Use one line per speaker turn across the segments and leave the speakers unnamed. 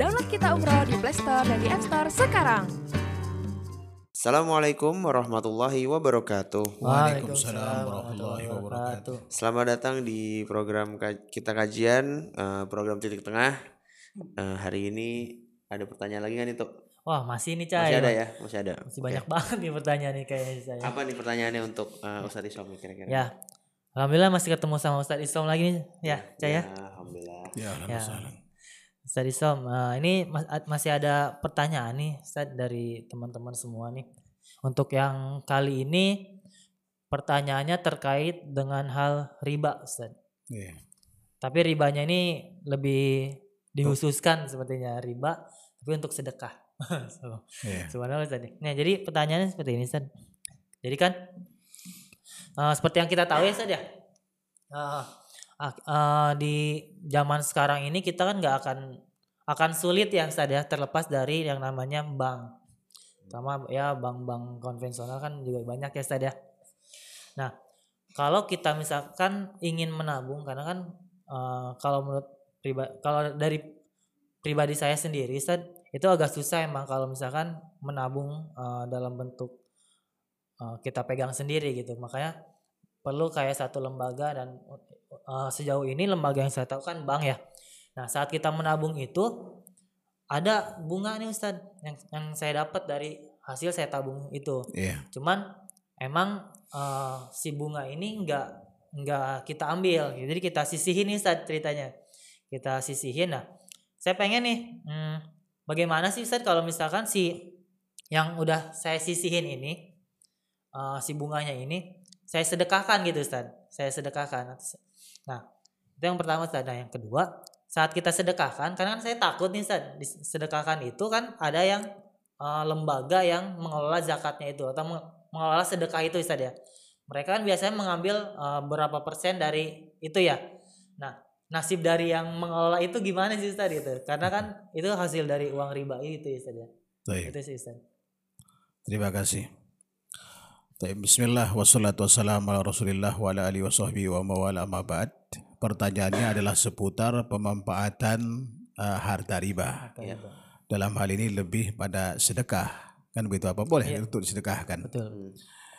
Download Kita Umroh di Play Store dan di App Store sekarang.
Assalamualaikum warahmatullahi wabarakatuh.
Waalaikumsalam warahmatullahi wabarakatuh.
Selamat datang di program kita kajian, program Titik Tengah. Hari ini ada pertanyaan lagi kan itu?
Wah, masih nih Cai.
Masih ada ya? Masih ada.
Masih banyak banget nih pertanyaan nih kayaknya saya.
Apa nih pertanyaannya untuk Ustadz Isom kira-kira?
Ya, alhamdulillah masih ketemu sama Ustadz Isom lagi nih ya Cai ya.
Alhamdulillah.
Ya. Ustadz Isom, ini masih ada pertanyaan nih Ustadz dari teman-teman semua nih. Untuk yang kali ini pertanyaannya terkait dengan hal riba Ustadz.
Yeah.
Tapi ribanya ini lebih dikhususkan sepertinya riba, tapi untuk sedekah. Subhanallah Ustadz. Nah, jadi pertanyaannya seperti ini Ustadz. Jadi kan seperti yang kita tahu ya Ustadz ya. Di zaman sekarang ini kita kan nggak akan sulit ya Ustadz ya, terlepas dari yang namanya bank. Sama ya bank-bank konvensional kan juga banyak ya Ustadz ya. Nah, kalau kita misalkan ingin menabung, karena kan kalau dari pribadi saya sendiri Ustadz, itu agak susah emang kalau misalkan menabung dalam bentuk kita pegang sendiri gitu. Makanya perlu kayak satu lembaga, dan sejauh ini lembaga yang saya tahu kan bank ya. Nah, saat kita menabung itu ada bunga nih Ustadz yang saya dapat dari hasil saya tabung itu.
Yeah.
Cuman emang si bunga ini nggak kita ambil, jadi kita sisihin nih Ustadz ceritanya. Kita sisihin. Nah, saya pengen nih bagaimana sih Ustadz kalau misalkan si yang udah saya sisihin ini si bunganya ini saya sedekahkan gitu Ustadz. Saya sedekahkan. Nah, itu yang pertama Ustadz. Nah, yang kedua, saat kita sedekahkan, karena kan saya takut nih Ustadz, disedekahkan itu kan ada yang lembaga yang mengelola zakatnya itu atau mengelola sedekah itu Ustadz ya. Mereka kan biasanya mengambil berapa persen dari itu ya. Nah, nasib dari yang mengelola itu gimana sih Ustadz gitu? Karena kan itu hasil dari uang riba itu Ustadz ya. Itu sih Ustadz.
Terima kasih. Bismillah wassalatu wassalamu ala rasulillah wa ala alihi wa sahbihi wa mawala amma ba'd. Pertanyaannya adalah seputar pemanfaatan harta riba. Dalam hal ini lebih pada sedekah. Kan begitu, apa boleh untuk disedekahkan.
Betul.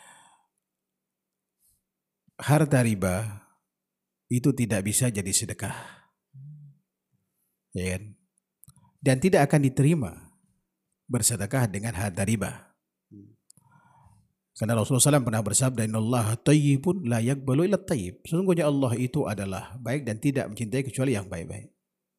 Harta riba itu tidak bisa jadi sedekah. Ya kan? Dan tidak akan diterima bersedekah dengan harta riba. Karena Rasulullah SAW pernah bersabda, Innallaha tayyibun la yaqbalu illa tayyib. Sesungguhnya Allah itu adalah baik dan tidak mencintai kecuali yang baik-baik.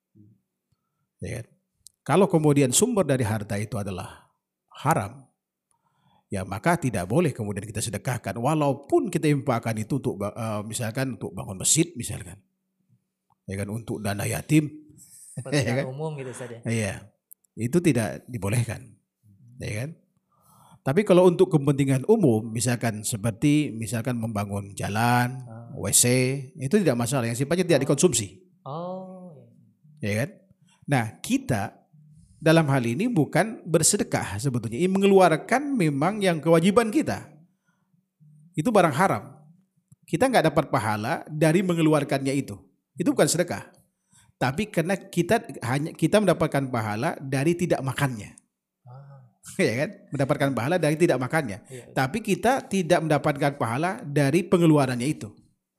Ya kan? Kalau kemudian sumber dari harta itu adalah haram, ya maka tidak boleh kemudian kita sedekahkan. Walaupun kita infakkan itu untuk misalkan untuk bangun masjid misalkan, ya kan, untuk dana yatim,
ya kan? Umum gitu saja.
Iya, itu tidak dibolehkan, ya kan. Tapi kalau untuk kepentingan umum, misalkan misalkan membangun jalan, WC, itu tidak masalah, yang sifatnya tidak dikonsumsi. Ya kan? Nah, kita dalam hal ini bukan bersedekah sebetulnya, ini mengeluarkan memang yang kewajiban kita. Itu barang haram. Kita nggak dapat pahala dari mengeluarkannya itu. Itu bukan sedekah. Tapi karena kita mendapatkan pahala dari tidak makannya. Ya kan? Mendapatkan pahala dari tidak makannya. Ya. Tapi kita tidak mendapatkan pahala dari pengeluarannya itu.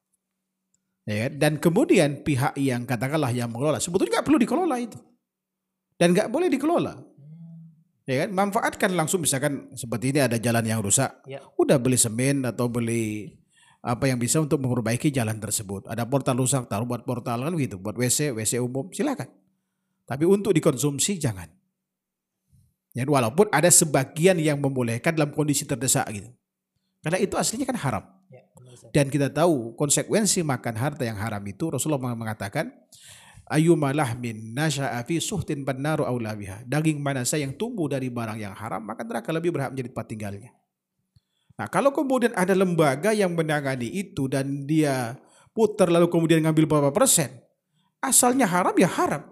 Ya kan? Dan kemudian pihak yang katakanlah yang mengelola, sebetulnya nggak perlu dikelola itu. Dan nggak boleh dikelola. Ya kan? Manfaatkan langsung, misalkan seperti ini ada jalan yang rusak. Ya. Udah beli semen atau beli apa yang bisa untuk memperbaiki jalan tersebut. Ada portal rusak, taruh buat portal kan gitu, buat WC umum, silakan. Tapi untuk dikonsumsi jangan. Ya, walaupun ada sebagian yang membolehkan dalam kondisi terdesak gitu. Karena itu aslinya kan haram. Dan kita tahu konsekuensi makan harta yang haram itu, Rasulullah mengatakan, ayyuma lahmin nasha'a fi suhtin bannaru aula biha. Daging mana saja yang tumbuh dari barang yang haram, maka neraka lebih berhak menjadi tempat tinggalnya. Nah, kalau kemudian ada lembaga yang menangani itu dan dia putar lalu kemudian ngambil berapa persen, asalnya haram ya haram.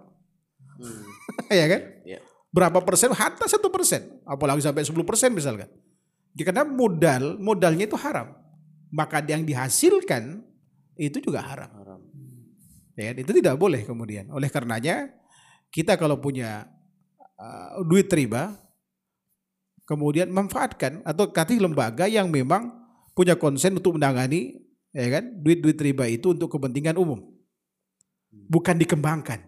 Ya kan? Yeah. Berapa persen? Hatta 1%. Apalagi sampai 10% misalkan. Karena modalnya itu haram. Maka yang dihasilkan itu juga haram. Ya, itu tidak boleh kemudian. Oleh karenanya kita kalau punya duit riba, kemudian manfaatkan atau kasih lembaga yang memang punya konsen untuk menangani, ya kan, duit riba itu untuk kepentingan umum, bukan dikembangkan.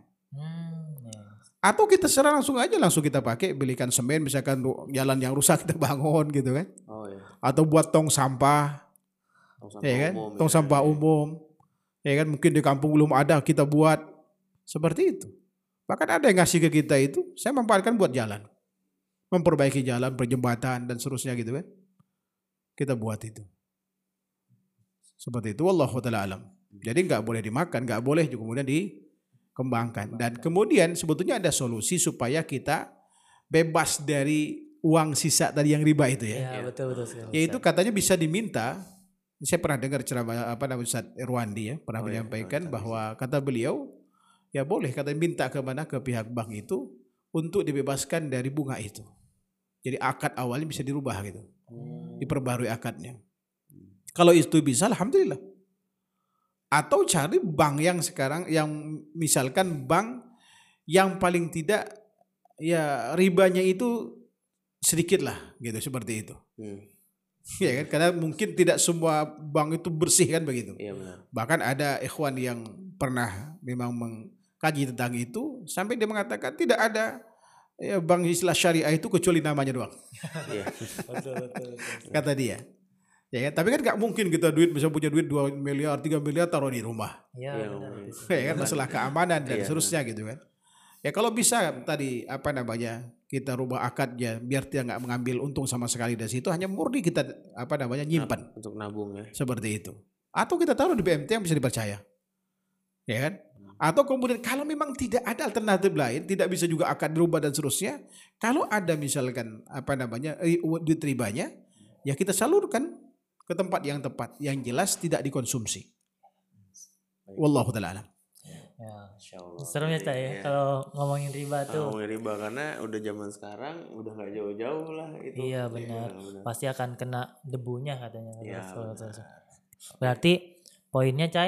Atau kita secara langsung kita pakai, belikan semen, misalkan jalan yang rusak kita bangun gitu kan.
Oh iya.
Atau buat tong sampah, ya kan,
umum,
tong
ya.
sampah umum, ya kan, mungkin di kampung belum ada, kita buat seperti itu. Bahkan ada yang ngasih ke kita itu, saya manfaatkan buat jalan, memperbaiki jalan, perjembatan dan seterusnya gitu kan. Kita buat itu. Seperti itu, wallahu ta'ala alam. Jadi nggak boleh dimakan, nggak boleh juga kemudian dikembangkan. Dan kemudian sebetulnya ada solusi supaya kita bebas dari uang sisa tadi yang riba itu ya.
Ya, betul sekali.
Yaitu katanya bisa diminta. Saya pernah dengar ceramah Ustaz Irwandi ya, pernah menyampaikan bahwa kata beliau, ya boleh kata minta ke pihak bank itu untuk dibebaskan dari bunga itu. Jadi akad awalnya bisa dirubah gitu. Diperbarui akadnya. Kalau itu bisa, alhamdulillah. Atau cari bank yang sekarang, yang misalkan bank yang paling tidak ya ribanya itu sedikit lah gitu, seperti itu. Ya kan, karena mungkin tidak semua bank itu bersih kan begitu.
Iya benar.
Bahkan ada ikhwan yang pernah memang mengkaji tentang itu, sampai dia mengatakan tidak ada ya, bank istilah syariah itu kecuali namanya doang.
Iya.
Betul.
Kata dia. Ya, tapi kan nggak mungkin kita bisa punya duit 2 miliar, 3 miliar taruh di rumah.
Iya,
Iya,
benar.
Ya kan, masalah keamanan dan
Iya,
seterusnya gitu kan. Ya kalau bisa tadi kita rubah akadnya biar dia nggak mengambil untung sama sekali dari situ, hanya murni kita nyimpan
Untuk nabung ya.
seperti itu. Atau kita taruh di BMT yang bisa dipercaya. Ya kan? Atau kemudian kalau memang tidak ada alternatif lain, tidak bisa juga akad dirubah dan seterusnya, kalau ada misalkan duit ribanya, ya kita salurkan ke tempat yang tepat, yang jelas tidak dikonsumsi. Wallahu ta'ala alam.
Ya.
Insyaallah.
Serem ya Cak ya,
Iya.
kalau ngomongin riba tuh.
Ngomongin riba karena udah zaman sekarang udah nggak jauh-jauh lah itu.
Iya benar. Pasti akan kena debunya katanya.
Iya,
Betul. Berarti poinnya Cai,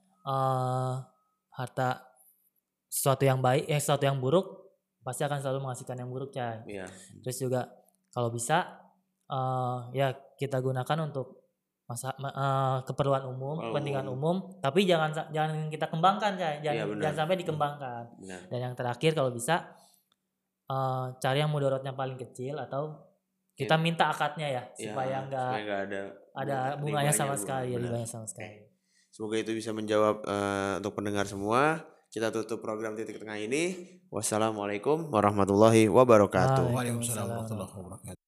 harta sesuatu yang baik, sesuatu yang buruk pasti akan selalu menghasilkan yang buruk Cai.
Iya.
Terus juga kalau bisa ya kita gunakan untuk keperluan umum, kepentingan umum, tapi jangan kita kembangkan Cai.
Iya,
Jangan sampai dikembangkan.
Benar.
Dan yang terakhir kalau bisa cari yang mudorotnya paling kecil atau kita minta akadnya ya, supaya nggak ada bunganya sama sekali, ribanya sama sekali.
Semoga itu bisa menjawab untuk pendengar semua. Kita tutup program Titik Tengah ini. Wassalamualaikum warahmatullahi wabarakatuh.
Waalaikumsalam warahmatullahi wabarakatuh.